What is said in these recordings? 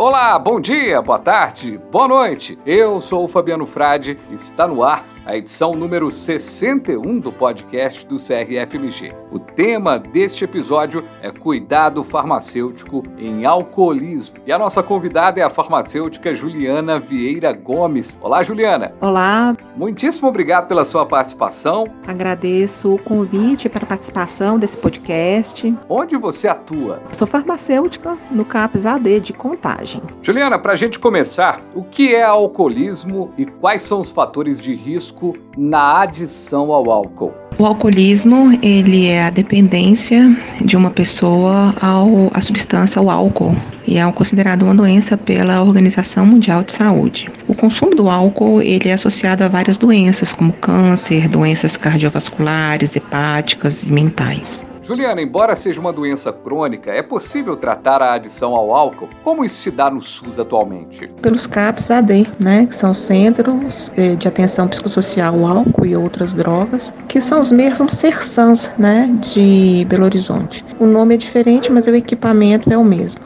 Olá, bom dia, boa tarde, boa noite. Eu sou o Fabiano Frade e está no ar a edição número 61 do podcast do CRFMG. O tema deste episódio é cuidado farmacêutico em alcoolismo. E a nossa convidada é a farmacêutica Juliana Vieira Gomes. Olá, Juliana. Olá. Muitíssimo obrigado pela sua participação. Agradeço o convite para a participação desse podcast. Onde você atua? Sou farmacêutica no CAPS AD de Contagem. Juliana, para a gente começar, o que é alcoolismo e quais são os fatores de risco na adição ao álcool? O alcoolismo, ele é a dependência de uma pessoa à substância, ao álcool, e é considerado uma doença pela Organização Mundial de Saúde. O consumo do álcool, ele é associado a várias doenças, como câncer, doenças cardiovasculares, hepáticas e mentais. Juliana, embora seja uma doença crônica, é possível tratar a adição ao álcool? Como isso se dá no SUS atualmente? Pelos CAPS AD, que são Centros de Atenção Psicossocial ao Álcool e Outras Drogas, que são os mesmos CERSANs, de Belo Horizonte. O nome é diferente, mas o equipamento é o mesmo.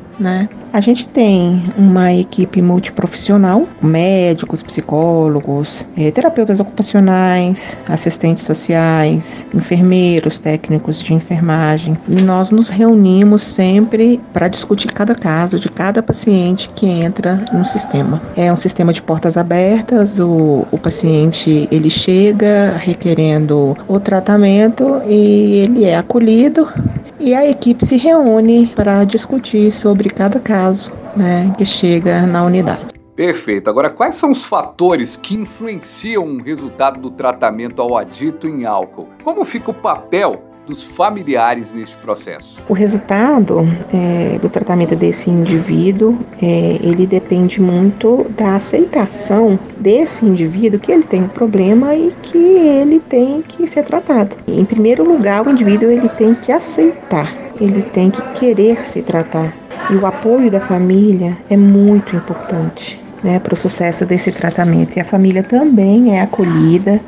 A gente tem uma equipe multiprofissional, médicos, psicólogos, terapeutas ocupacionais, assistentes sociais, enfermeiros, técnicos de enfermagem, e nós nos reunimos sempre para discutir cada caso de cada paciente que entra no sistema. É um sistema de portas abertas, o paciente ele chega requerendo o tratamento e ele é acolhido. E a equipe se reúne para discutir sobre cada caso que chega na unidade. Perfeito. Agora, quais são os fatores que influenciam o resultado do tratamento ao adito em álcool? Como fica o papel dos familiares neste processo? O resultado do tratamento desse indivíduo, ele depende muito da aceitação desse indivíduo que ele tem um problema e que ele tem que ser tratado. Em primeiro lugar, o indivíduo ele tem que aceitar, ele tem que querer se tratar. E o apoio da família é muito importante para o sucesso desse tratamento. E a família também é acolhida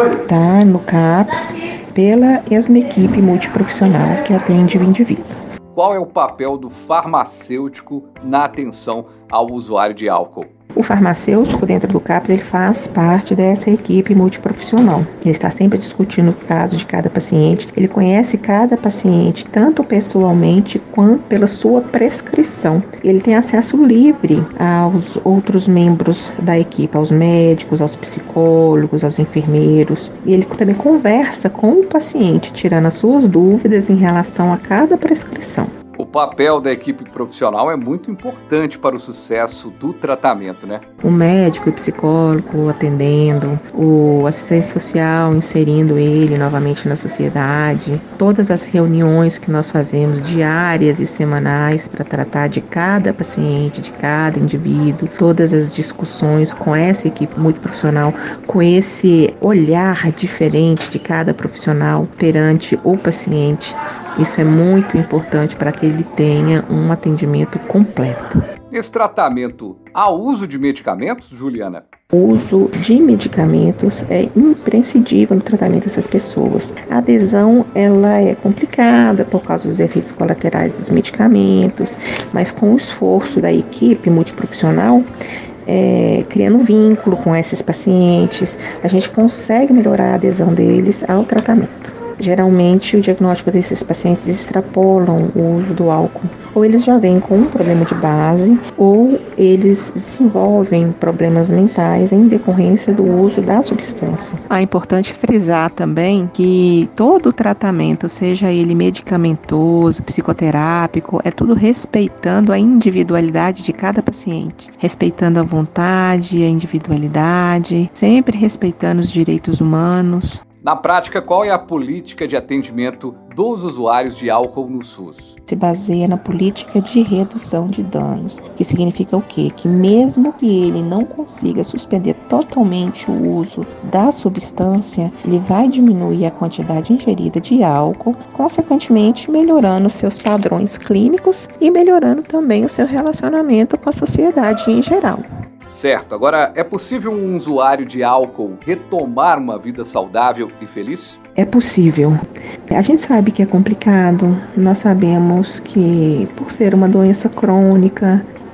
no CAPS pela mesma equipe multiprofissional que atende o indivíduo. Qual é o papel do farmacêutico na atenção ao usuário de álcool? O farmacêutico dentro do CAPS ele faz parte dessa equipe multiprofissional. Ele está sempre discutindo o caso de cada paciente. Ele conhece cada paciente tanto pessoalmente quanto pela sua prescrição. Ele tem acesso livre aos outros membros da equipe, aos médicos, aos psicólogos, aos enfermeiros. E ele também conversa com o paciente, tirando as suas dúvidas em relação a cada prescrição. O papel da equipe profissional é muito importante para o sucesso do tratamento, O médico e psicólogo atendendo, o assistente social inserindo ele novamente na sociedade, todas as reuniões que nós fazemos diárias e semanais para tratar de cada paciente, de cada indivíduo, todas as discussões com essa equipe muito profissional, com esse olhar diferente de cada profissional perante o paciente. Isso é muito importante para que ele tenha um atendimento completo. Nesse tratamento, há uso de medicamentos, Juliana? O uso de medicamentos é imprescindível no tratamento dessas pessoas. A adesão ela é complicada por causa dos efeitos colaterais dos medicamentos, mas com o esforço da equipe multiprofissional, criando um vínculo com esses pacientes, a gente consegue melhorar a adesão deles ao tratamento. Geralmente, o diagnóstico desses pacientes extrapolam o uso do álcool. Ou eles já vêm com um problema de base, ou eles desenvolvem problemas mentais em decorrência do uso da substância. É importante frisar também que todo o tratamento, seja ele medicamentoso, psicoterápico, é tudo respeitando a individualidade de cada paciente, respeitando a vontade, a individualidade, sempre respeitando os direitos humanos. Na prática, qual é a política de atendimento dos usuários de álcool no SUS? Se baseia na política de redução de danos, que significa o quê? Que mesmo que ele não consiga suspender totalmente o uso da substância, ele vai diminuir a quantidade ingerida de álcool, consequentemente melhorando seus padrões clínicos e melhorando também o seu relacionamento com a sociedade em geral. Certo. Agora, é possível um usuário de álcool retomar uma vida saudável e feliz? É possível. A gente sabe que é complicado. Nós sabemos que, por ser uma doença crônica,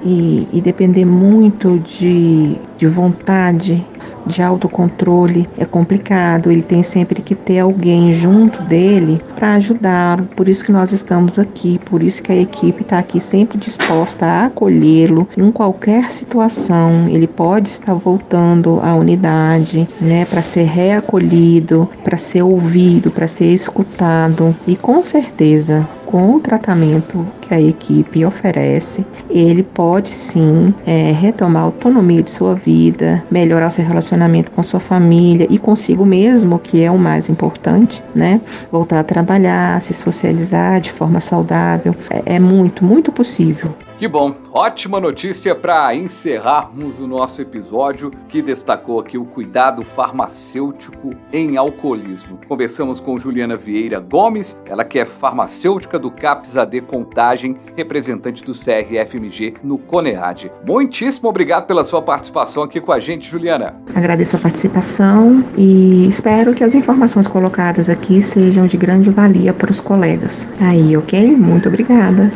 e depender muito de vontade, de autocontrole, é complicado. Ele tem sempre que ter alguém junto dele para ajudá-lo. Por isso que nós estamos aqui, por isso que a equipe está aqui sempre disposta a acolhê-lo em qualquer situação. Ele pode estar voltando à unidade, né, para ser reacolhido, para ser ouvido, para ser escutado. E com certeza, com o tratamento que a equipe oferece, ele pode sim retomar a autonomia de sua vida, melhorar seu relacionamento com sua família e consigo mesmo, que é o mais importante, né? Voltar a trabalhar, se socializar de forma saudável. É muito, muito possível. Que bom, ótima notícia para encerrarmos o nosso episódio que destacou aqui o cuidado farmacêutico em alcoolismo. Conversamos com Juliana Vieira Gomes, ela que é farmacêutica do CAPS AD Contagem, representante do CRFMG no CONEAD. Muitíssimo obrigado pela sua participação aqui com a gente, Juliana. Agradeço a participação e espero que as informações colocadas aqui sejam de grande valia para os colegas. Aí, ok? Muito obrigada.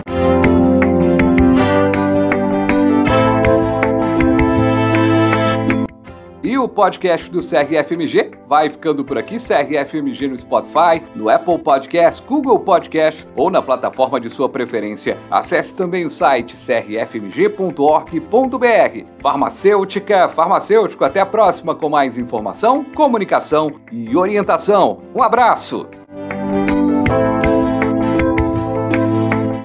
E o podcast do CRFMG vai ficando por aqui. CRFMG no Spotify, no Apple Podcast, Google Podcast ou na plataforma de sua preferência. Acesse também o site crfmg.org.br. Farmacêutico, até a próxima com mais informação, comunicação e orientação. Um abraço!